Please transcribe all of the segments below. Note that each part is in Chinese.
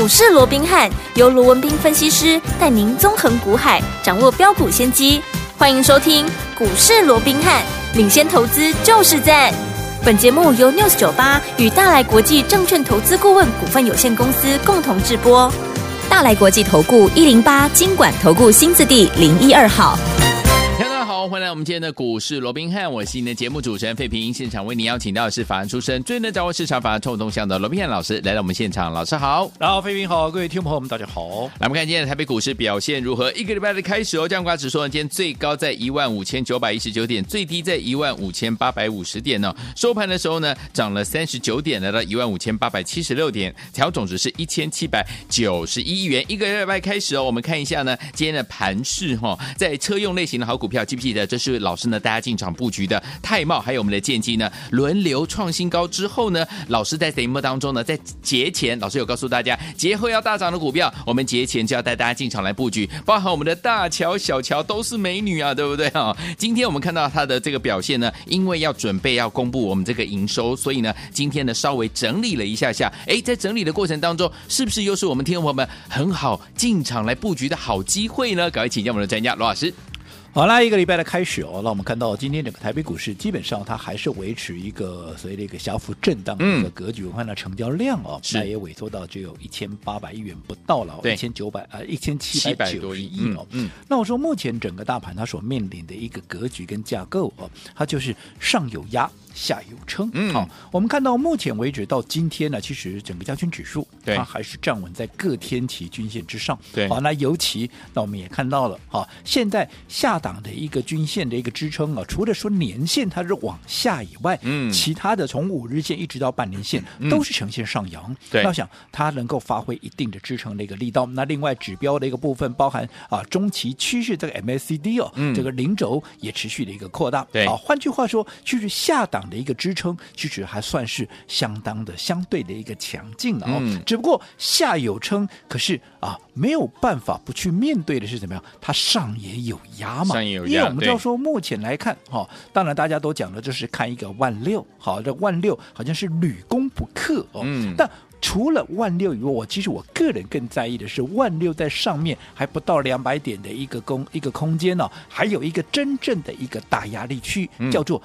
市罗宾汉由罗文彬分析师带您纵横股海，掌握标股先机。欢迎收听股市罗宾汉，领先投资就是赞。本节目由 News98 与大来国际证券投资顾问股份有限公司共同制播。大来国际投顾108金管投顾新字第012号。 大家好，欢迎来我们今天的股市罗宾汉，我是您的节目主持人费平。现场为您邀请到的是法案出身、最能掌握市场法案冲动向的罗宾汉老师来到我们现场。老师好。 然后费平好，各位听众朋友们大家好。 来我们看今天的台北股市表现如何？一个礼拜的开始哦，加权指数呢今天最高在15919点，最低在15850点哦。收盘的时候呢涨了39点，来到15876点，调总值是1791亿元。一个礼拜开始哦，我们看一下呢今天的盘势在车用类型的好股票，记不记得这是老师呢大家进场布局的泰茂还有我们的建基呢轮流创新高之后呢，老师在节目当中呢在节前老师有告诉大家，节后要大涨的股票我们节前就要带大家进场来布局，包含我们的大乔小乔都是美女啊，对不对今天我们看到它的这个表现呢，因为要准备要公布我们这个营收，所以呢今天呢稍微整理了一下下，在整理的过程当中是不是又是我们听众朋友们很好进场来布局的好机会呢？赶快请教我们的专家罗老师。 好啦，一个礼拜的开始哦，那我们看到今天整个台北股市基本上它还是维持一个所谓的一个小幅震荡的一个格局。我看到成交量哦，那也萎缩到只有1800亿元不到了，1790多亿哦。那我说目前整个大盘它所面临的一个格局跟架构哦，它就是上有压下有撑。好，我们看到目前为止到今天呢，其实整个加权指数它还是站稳在各天期均线之上。 对， 好，那尤其那我们也看到了，好，现在下档的一个均线的一个支撑啊，除了说年线它是往下以外，其他的从5日线一直到半年线都是呈现上扬。 对， 那想它能够发挥一定的支撑的一个力道。那另外指标的一个部分，包含中期趋势这个 MACD 哦，这个零轴也持续的一个扩大。 对， 换句话说，其实下档的一个支撑，其实还算是相对的一个强劲哦。只不过下有撑，可是没有办法不去面对的是怎么样？它上也有压嘛。因为我们知道说，目前来看，当然大家都讲的就是看一个16000，好，这16000好像是屡攻不克哦。但除了16000以外，其实我个人更在意的是16000在上面还不到200点的一个空间呢，还有一个真正的一个大压力区，叫做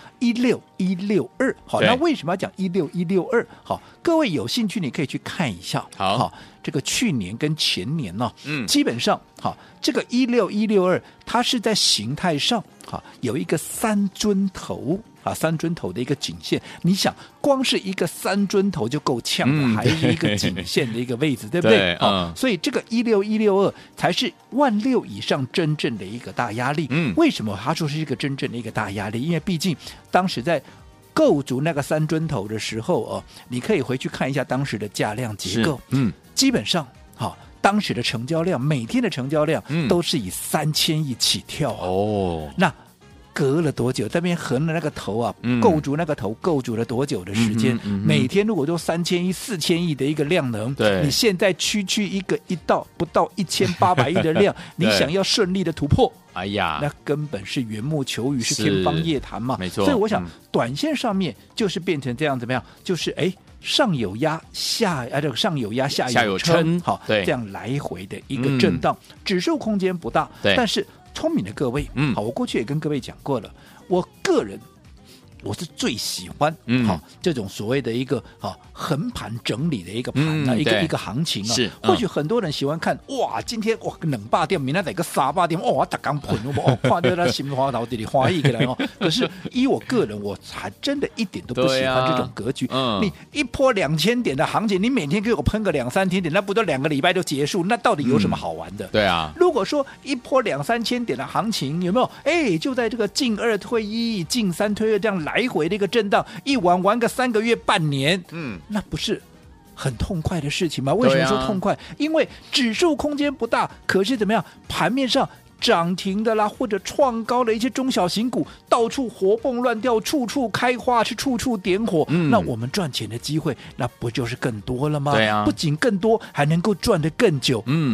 16162。好，那为什么要讲16162？好，各位有兴趣你可以去看一下。好，这个去年跟前年呢，基本上这个16162它是在形态上有一个三尊头。三尊头的一个颈线，你想光是一个三尊头就够呛了，还是一个颈线的一个位置，对不对？所以这个16162才是16000以上真正的一个大压力。为什么他说是一个真正的一个大压力？因为毕竟当时在构筑那个三尊头的时候你可以回去看一下当时的价量结构，基本上当时的成交量，每天的成交量都是以3000亿起跳那隔了多久？这边横的那个头构筑那个头构筑了多久的时间？每天如果都3000亿、4000亿的一个量能，你现在区不到1800亿的量，你想要顺利的突破，哎呀，那根本是缘木求鱼，是天方夜谭嘛。没错，所以我想，短线上面就是变成这样，怎么样？就是上有压这个上有压下有撑，好，这样来回的一个震荡，指数空间不大，但是聪明的各位，好，我过去也跟各位讲过了，我个人我是最喜欢这种所谓的一个横盘整理的一个盘一个行情啊。或许很多人喜欢看哇，今天哇2百点，明天再个3百点，哇，打刚喷看到他心花脑子里花一个来可是依我个人，我还真的一点都不喜欢这种格局。你一波2000点的行情，你每天给我喷个2-3千点，那不都2个礼拜就结束？那到底有什么好玩的？对啊。如果说一波2-3千点的行情，有没有？就在这个进2退1，进3退2这样来回的一个震荡，一玩个3个月、半年，那不是很痛快的事情吗？为什么说痛快？因为指数空间不大，可是怎么样？盘面上涨停的啦，或者创高的一些中小型股，到处活蹦乱跳，处处开花，是处处点火。那我们赚钱的机会，那不就是更多了吗？对啊，不仅更多，还能够赚得更久。那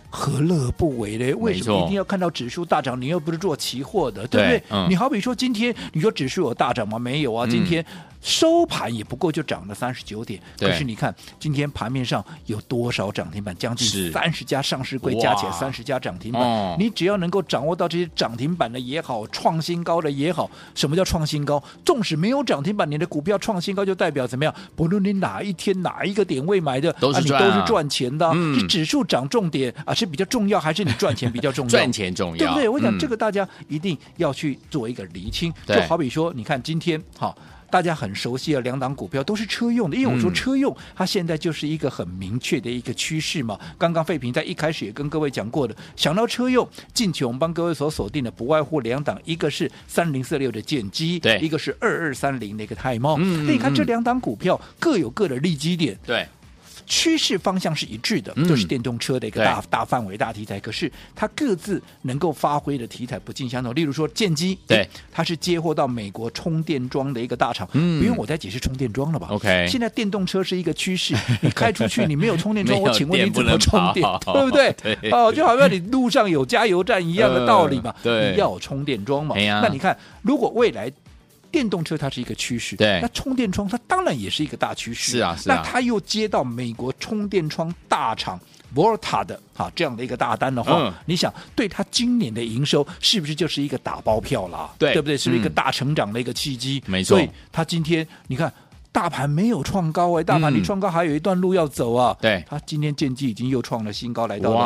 何乐而不为呢？为什么一定要看到指数大涨？你又不是做期货的，对不对？你好比说今天你说指数有大涨吗？没有啊，今天收盘也不过就涨了39点。可是你看今天盘面上有多少涨停板？将近30家上市柜加起来30家涨停板。你只要能够掌握到这些涨停板的也好，创新高的也好，什么叫创新高？纵使没有涨停板，你的股票创新高就代表怎么样？不论你哪一天哪一个点位买的， 都是你都是赚钱的。是指数涨重点啊，是比较重要，还是你赚钱比较重要？ 赚钱重要， 对不对？我想这个大家一定要去做一个厘清。就好比说，你看今天好。大家很熟悉的2档股票都是车用的，因为我说车用它现在就是一个很明确的一个趋势嘛。刚刚废平在一开始也跟各位讲过的，想到车用，近期我们帮各位所锁定的不外乎2档，一个是3046的建基，一个是2230的一个泰茂。那你看这2档股票各有各的利基点， 对。 趋势方向是一致的，就是电动车的一个大范围大题材，可是它各自能够发挥的题材不尽相同。例如说建基， 对， 它是接获到美国充电桩的一个大厂，不用我再解释充电桩了吧 ？OK， 现在电动车是一个趋势，你开出去你没有充电桩，我请问你怎么充电？对不对？哦，就好像你路上有加油站一样的道理嘛，你要有充电桩嘛。那你看，如果未来电动车它是一个趋势， 对， 那充电桩它当然也是一个大趋势， 是啊， 那它又接到美国充电桩大厂 Volta 的这样的一个大单的话，你想对它今年的营收是不是就是一个打包票啦？对不对？是不是一个大成长的一个契机？ 没错， 所以它今天你看。大盘没有创高大盘离创高还有一段路要走啊。 对， 它今天建基已经又创了新高，来到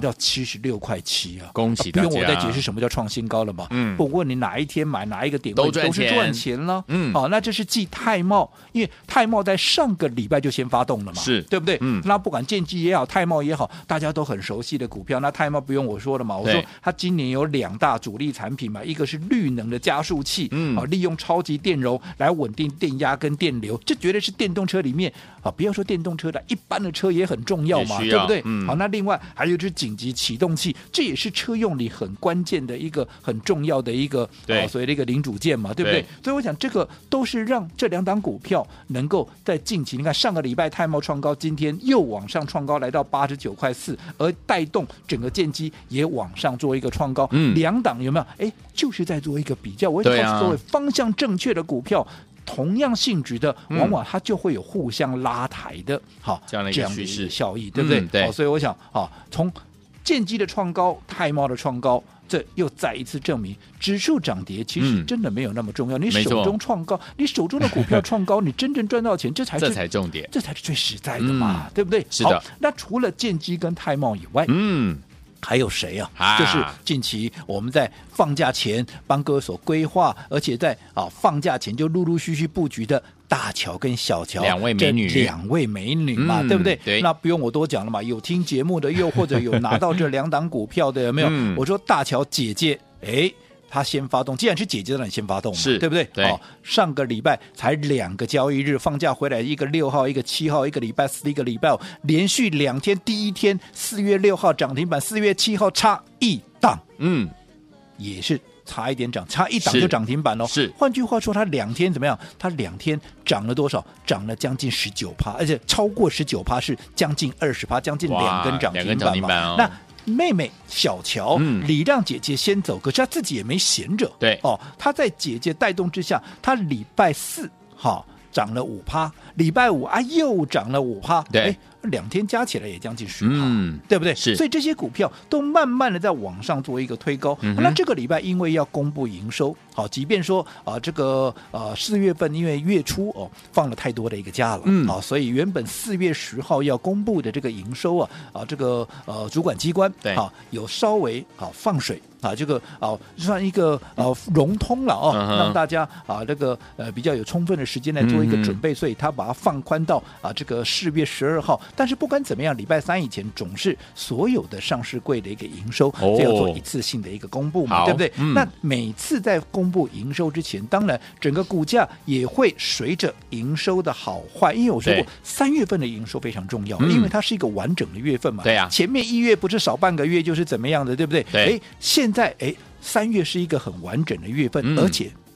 76.7块啊！ 恭喜大家！ 不用我再解释什么叫创新高了嘛。不问你哪一天买哪一个点位都是赚钱了。好，那这是继泰茂，因为泰茂在上个礼拜就先发动了嘛， 是对不对？那不管建基也好，泰茂也好，大家都很熟悉的股票。那泰茂不用我说了嘛，我说它今年有2大主力产品嘛，一个是绿能的加速器，利用超级电容来稳定电压跟电流，这绝对是电动车里面不要说电动车的，一般的车也很重要嘛，对不对？好，那另外还有就是紧急启动器，这也是车用里很关键的一个很重要的一个所谓的一个零组件嘛，对不对？所以我想这个都是让这2档股票能够在近期，你看上个礼拜泰茂创高，今天又往上创高来到89.4块，而带动整个建基也往上做一个创高，2档有没有？就是在做一个比较，我会告诉各位，方向正确的股票。同样性质的，往往它就会有互相拉抬的， 这样的一个趋势效益，对不对？ 对， 所以我想从建基的创高、泰茂的创高，这又再一次证明，指数涨跌其实真的没有那么重要。你手中创高，你手中的股票创高，你真正赚到钱，这才重点， 这才是最实在的嘛，对不对？ 是的。 那除了建基跟泰茂以外，还有谁啊？就是近期我们在放假前帮各位所规划，而且在放假前就陆陆续续布局的大乔跟小乔两位美女嘛，对不对？ 对， 那不用我多讲了嘛，有听节目的，又或者有拿到这2档股票的，有没有？我说大乔姐姐，他先发动，既然是姐姐，当然先发动嘛，对不对？ 对， 上个礼拜才2个交易日，放假回来，一个6号，一个7号，一个礼拜4，一个礼拜5，连续2天，第一天4月6号涨停板，4月7号差1档，也是差一点涨，差1档就涨停板是， 换句话说，它2天怎么样？它2天涨了多少？涨了将近19%，而且超过19%，是将近20%，将近2根涨停板嘛。那妹妹小乔礼让姐姐先走，可是她自己也没闲着， 对她在姐姐带动之下，她礼拜4涨了5%，礼拜5又涨了5%， 对 ，2天加起来也将近10%，对不对？ 是， 所以这些股票都慢慢的在往上做一个推高。那这个礼拜因为要公布营收，即便说这个4月份因为月初放了太多的一个假了，所以原本4月10号要公布的这个营收这个主管机关有稍微放水。这个算一个融通了让大家这个比较有充分的时间来做一个准备，所以他把它放宽到这个4月12号。但是不管怎么样，礼拜3以前总是所有的上市柜的一个营收，这要做一次性的一个公布嘛，对不对？那每次在公布营收之前，当然整个股价也会随着营收的好坏，因为我说过3月份的营收非常重要，因为它是一个完整的月份嘛。 对啊， 前面1月不是少半个月就是怎么样的，对不对？ 对， 现在3月是一个很完整的月份，而且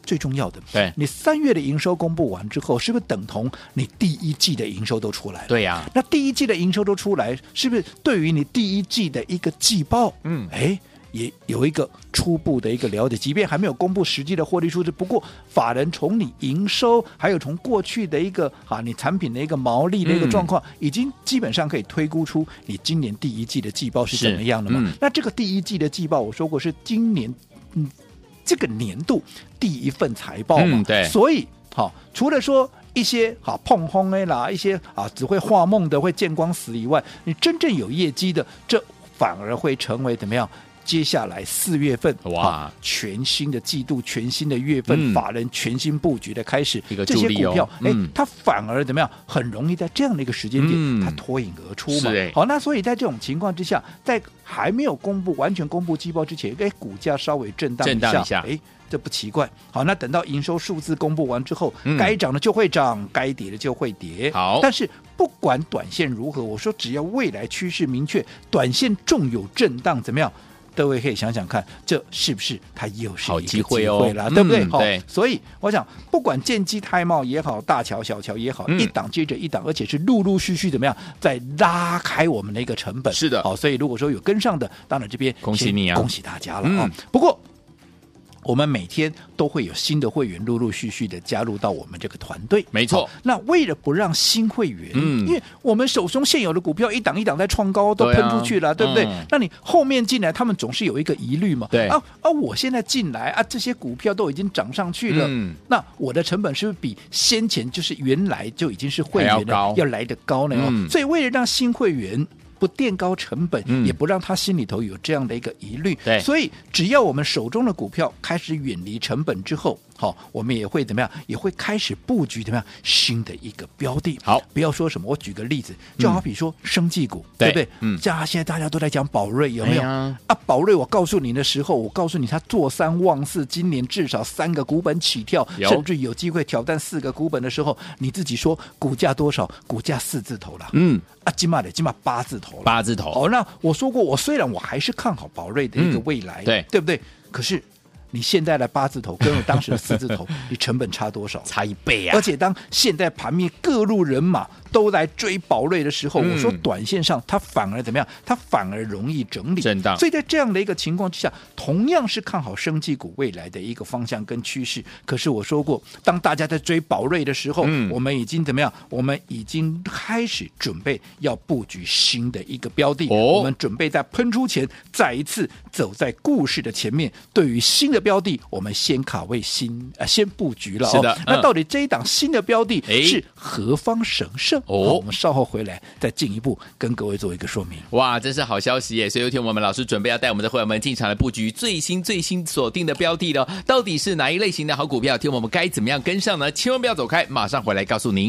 最重要的， 对， 你3月的营收公布完之后，是不是等同你第一季的营收都出来了？ 对呀， 那第一季的营收都出来，是不是对于你第一季的一个季报，也有一个初步的一个了解，即便还没有公布实际的获利数字，不过法人从你营收，还有从过去的一个你产品的一个毛利的一个状况，已经基本上可以推估出你今年第一季的季报是怎么样的嘛？那这个第一季的季报，我说过是今年这个年度第一份财报嘛， 对， 所以除了说一些碰轰的啦，一些只会画梦的会见光死以外，你真正有业绩的，这反而会成为怎么样？接下来4月份，哇，全新的季度、全新的月份，法人全新布局的开始，这些股票，它反而怎么样？很容易在这样的一个时间点，它脱颖而出嘛。好，那所以在这种情况之下，在还没有完全公布季报之前，股价稍微震荡一下，这不奇怪。好，那等到营收数字公布完之后，该涨的就会涨，该跌的就会跌。 好， 但是不管短线如何，我说只要未来趋势明确，短线纵有震荡，怎么样？各位可以想想看，这是不是它又是一个机会了，对不对？ 对， 所以我想，不管建基、泰茂也好，大乔、小乔也好，一档接着一档，而且是陆陆续续怎么样，在拉开我们的一个成本。 是的， 好，所以如果说有跟上的，当然这边恭喜你啊， 恭喜大家了不过，我们每天都会有新的会员陆陆续续的加入到我们这个团队， 没错。 那为了不让新会员，因为我们手中现有的股票一档一档在创高，都喷出去了，对不对？那你后面进来，他们总是有一个疑虑嘛， 对我现在进来这些股票都已经涨上去了，那我的成本是不是比先前就是原来就已经是会员的要来得高呢？所以为了让新会员不垫高成本，也不让他心里头有这样的一个疑虑，所以只要我们手中的股票开始远离成本之后，我们也会怎么样？也会开始布局怎么样新的一个标的。 好， 不要说什么，我举个例子，就好比说生技股，对不对？现在大家都在讲宝瑞，有没有？宝瑞，我告诉你的时候，我告诉你，它坐3望4，今年至少3个股本起跳，甚至有机会挑战4个股本的时候，你自己说股价多少？股价4字头了，今嘛8字头了 ，8字头。 好，那我说过，虽然我还是看好宝瑞的一个未来，对不对？可是你现在的8字头跟我当时的4字头，你成本差多少？ 差1倍啊！ 而且当现在盘面各路人马都来追宝瑞的时候，我说短线上它反而怎么样？它反而容易整理震荡。 所以在这样的一个情况之下，同样是看好生技股未来的一个方向跟趋势。可是我说过，当大家在追宝瑞的时候，我们已经怎么样？我们已经开始准备要布局新的一个标的。我们准备在喷出前再一次走在故事的前面。对于新的标的，我们先卡位先布局了。 是的， 那到底这一档新的标的是何方神圣？我们稍后回来再进一步跟各位做一个说明。 哇，真是好消息耶！所以有一天我们老师准备要带我们的会员们进场来布局最新锁定的标的了，到底是哪一类型的好股票？听我们该怎么样跟上呢？千万不要走开，马上回来告诉您。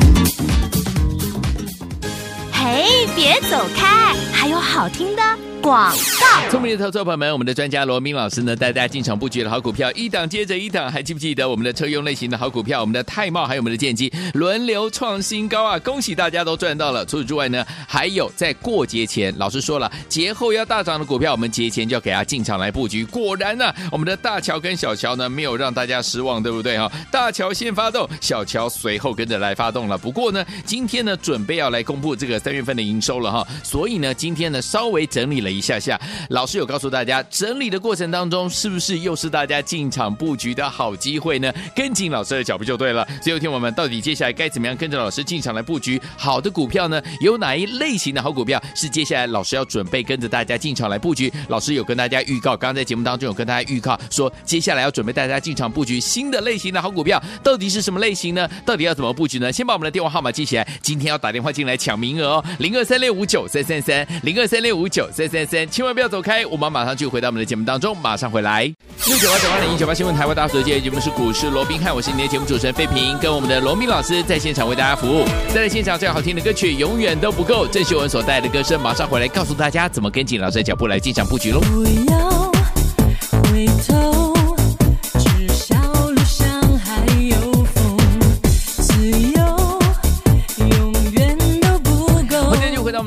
嘿，别走开，还有好听的广告。 聪明的投资者朋友们，我们的专家罗明老师呢，带大家进场布局的好股票，一档接着一档。还记不记得我们的车用类型的好股票，我们的泰茂还有我们的建基轮流创新高啊！恭喜大家都赚到了。除此之外呢，还有在过节前，老师说了，节后要大涨的股票，我们节前就要给他进场来布局。果然呢，我们的大乔跟小乔呢，没有让大家失望，对不对哈？大乔先发动，小乔随后跟着来发动了。不过呢，今天呢，准备要来公布这个3月份的营收了哈，所以呢，今天呢，稍微整理了一下。老师有告诉大家，整理的过程当中，是不是又是大家进场布局的好机会呢？跟紧老师的脚步就对了。所以有天我们到底接下来该怎么样跟着老师进场来布局好的股票呢？有哪一类型的好股票是接下来老师要准备跟着大家进场来布局？老师有跟大家预告，刚刚在节目当中有跟大家预告说，接下来要准备带大家进场布局新的类型的好股票，到底是什么类型呢？到底要怎么布局呢？先把我们的电话号码记起来，今天要打电话进来抢名额哦，0236593333 0236593333，千万不要走开，我们马上就回到我们的节目当中，马上回来。698-981-198新闻台湾大所节节目是股市罗宾汉，我是你的节目主持人费平，跟我们的罗明老师在现场为大家服务。在现场最好听的歌曲永远都不够，郑秀文所带来的歌声，马上回来告诉大家怎么跟紧老师的脚步来进场布局喽。 不要回头，至少路上还有风，自由永远都不够。 我们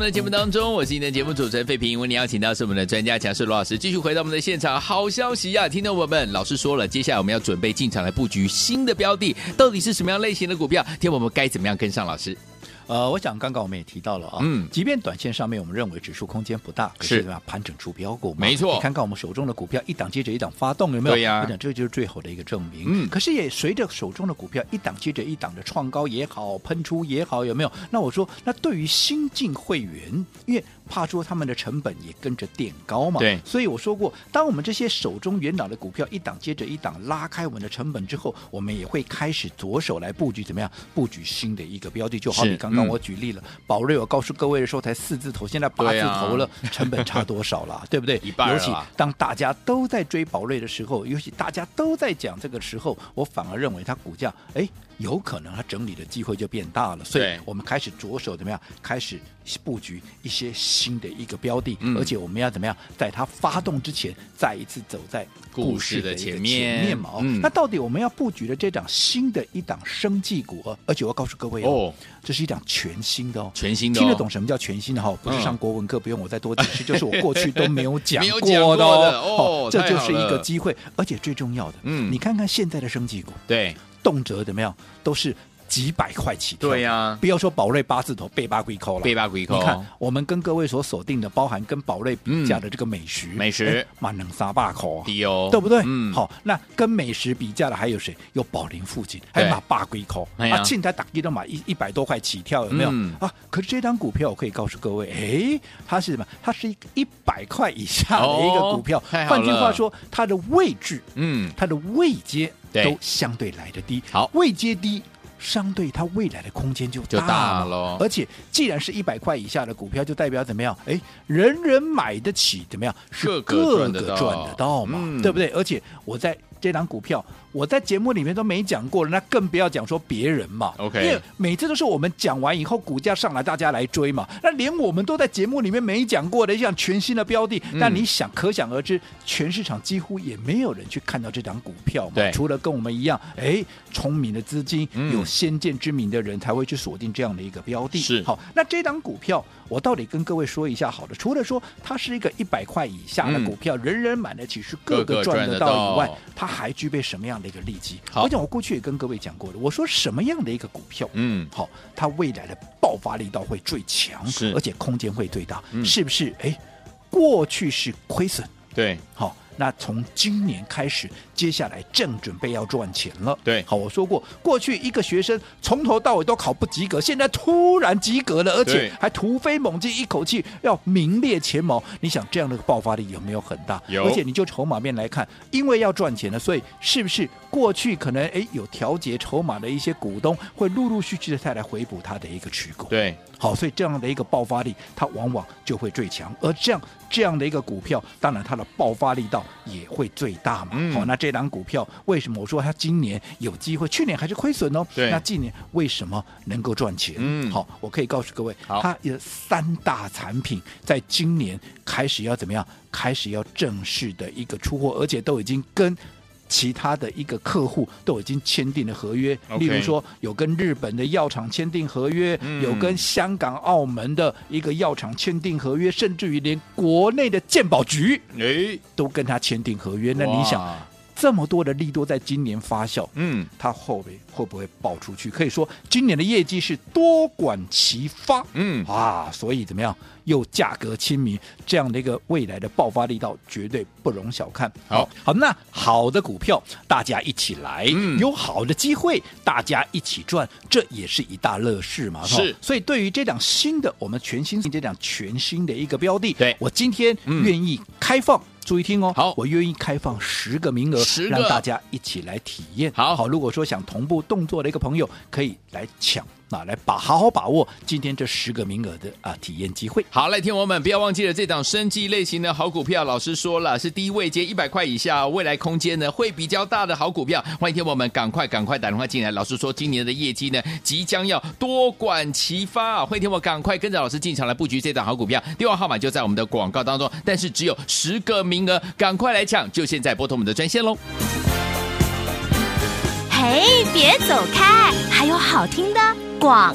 们的节目当中，我是今天的节目主持人费平，为您邀请到是我们的专家强势罗老师，继续回到我们的现场。好消息啊，听众朋友们，老师说了，接下来我们要准备进场来布局新的标的，到底是什么样类型的股票？听我们该怎么样跟上老师？ 我想刚刚我们也提到了啊，即便短线上面我们认为指数空间不大，可是对吧？盘整出标股嘛， 没错。 你看看我们手中的股票一档接着一档发动，有没有？ 对呀， 我想这就是最好的一个证明。可是也随着手中的股票一档接着一档的创高也好，喷出也好，有没有？那我说，那对于新进会员，因为怕说他们的成本也跟着垫高嘛， 对。 所以我说过，当我们这些手中元老的股票一档接着一档拉开我们的成本之后，我们也会开始着手来布局怎么样？布局新的一个标的，就好比刚刚我举例了。宝瑞，我告诉各位的时候才4字头，现在8字头了，成本差多少了，对不对？ 一半了。 尤其当大家都在追宝瑞的时候，尤其大家都在讲这个时候，我反而认为它股价，有可能它整理的机会就变大了，所以我们开始着手怎么样？开始布局一些新的一个标的，而且我们要怎么样？在它发动之前，再一次走在故事的前面嘛。那到底我们要布局的这档新的一档生技股，而且我要告诉各位这是一档全新的全新的听得懂什么叫全新的不是上国文课，不用我再多解释，就是我过去都没有讲过的这就是一个机会，而且最重要的，你看看现在的生技股， 对， 动辄怎么样都是几百块起跳， 对呀， 不要说宝瑞8字头背8龟扣了， 背8龟扣。 你看我们跟各位所锁定的，包含跟宝瑞比价的这个美食，蛮能300块对不对？好，那跟美食比价的还有谁？有宝林附近，还有8龟扣啊，现在打击都买100多块起跳，有没有啊？可是这张股票我可以告诉各位，它是什么？它是100块以下的一个股票，换句话说，它的位置，它的位阶都相对来得低，好，位阶低。相对它未来的空间就大了，而且既然是100块以下的股票，就代表怎么样？人人买得起，怎么样？是个个赚得到嘛，对不对？而且我在这档股票，我在节目里面都没讲过了，那更不要讲说别人嘛。 OK， 因为每次都是我们讲完以后，股价上来，大家来追嘛。那连我们都在节目里面没讲过的一项全新的标的，那你想可想而知，全市场几乎也没有人去看到这档股票嘛。除了跟我们一样，聪明的资金、有先见之明的人才会去锁定这样的一个标的。 是好，那这档股票我到底跟各位说一下好了。除了说它是一个100块以下的股票，人人买得起，是个个赚得到以外，它还具备什么样的一个利基？我讲我过去也跟各位讲过的，我说什么样的一个股票，好，它未来的爆发力道会最强，而且空间会最大，是不是？过去是亏损， 对， 好。那从今年开始，接下来正准备要赚钱了。 对， 好，我说过，过去一个学生从头到尾都考不及格，现在突然及格了，而且还突飞猛进，一口气要名列前茅。你想这样的爆发力有没有很大？ 有。 而且你就筹码面来看，因为要赚钱了，所以是不是过去可能有调节筹码的一些股东会陆陆续续的再来回补他的一个持股？ 对。 好，所以这样的一个爆发力，它往往就会最强，而这样的一个股票，当然它的爆发力道也会最大嘛。好，那这档股票为什么我说它今年有机会？去年还是亏损哦。 对。 那今年为什么能够赚钱？好，我可以告诉各位，它有3大产品在今年开始要怎么样？开始要正式的一个出货，而且都已经跟其他的一个客户都已经签订了合约，例如说有跟日本的药厂签订合约，有跟香港、澳门的一个药厂签订合约，甚至于连国内的健保局都跟他签订合约。那你想，这么多的利多在今年发酵，它会不会爆出去？可以说今年的业绩是多管齐发，所以怎么样？又价格亲民，这样的一个未来的爆发力道绝对不容小看。好，那好的股票大家一起来，有好的机会大家一起赚，这也是一大乐事嘛。 是， 所以对于这档新的我们全新的一个标的， 对， 我今天愿意开放。注意听哦， 好， 我愿意开放10个名额，让大家一起来体验。好，如果说想同步动作的一个朋友，可以来抢。来好好把握今天这10个名额的体验机会。 好，来听我们不要忘记了这档生技类型的好股票，老师说了是低位阶100块以下，未来空间呢会比较大的好股票。欢迎听我们赶快打电话进来。老师说今年的业绩呢即将要多管齐发欢迎听我赶快跟着老师进场来布局这档好股票，电话号码就在我们的广告当中，但是只有10个名额，赶快来抢，就现在拨通我们的专线咯。 嘿，别走开，还有好听的广告。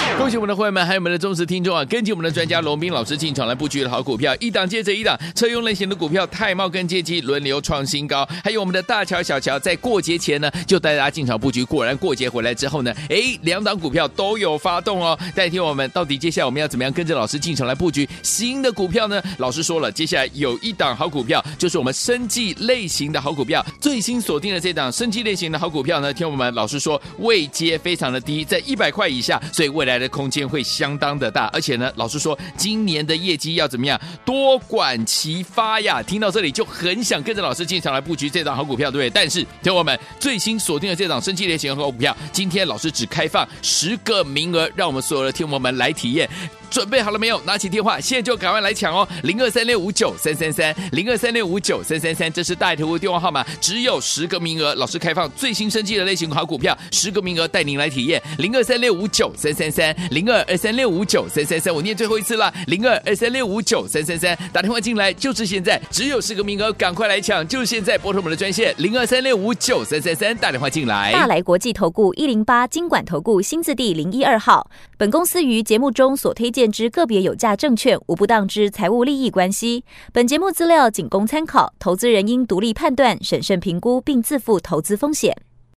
恭喜我们的会员们，还有我们的忠实听众啊！跟紧我们的专家龙斌老师进场来布局的好股票，一档接着一档，车用类型的股票，泰茂跟阶级轮流创新高。还有我们的大乔、小乔，在过节前呢，就带大家进场布局。果然过节回来之后呢，两档股票都有发动哦。带听我们到底接下来我们要怎么样跟着老师进场来布局新的股票呢？老师说了，接下来有一档好股票，就是我们生技类型的好股票，最新锁定的这档生技类型的好股票呢，听我们老师说位阶非常的低，在100块以下，所以未来的空间会相当的大，而且呢，老师说今年的业绩要怎么样多管齐发呀？听到这里就很想跟着老师进场来布局这档好股票，对不对？但是听我们最新锁定的这档生技类型的好股票，今天老师只开放10个名额，让我们所有的听众们来体验。准备好了没有？拿起电话，现在就赶快来抢哦！0236593333，0236593333，这是大头的电话号码，只有10个名额。老师开放最新生技的类型好股票，10个名额带您来体验。0236593333，0223659333，我念最后一次了，0223659333，打电话进来就是现在，只有10个名额，赶快来抢，就是现在，拨通我们的专线0236659333，打电话进来。 大来国际投顾108金管投顾新字第012号，本公司于节目中所推荐之个别有价证券，无不当之财务利益关系。本节目资料仅供参考，投资人应独立判断、审慎评估，并自负投资风险。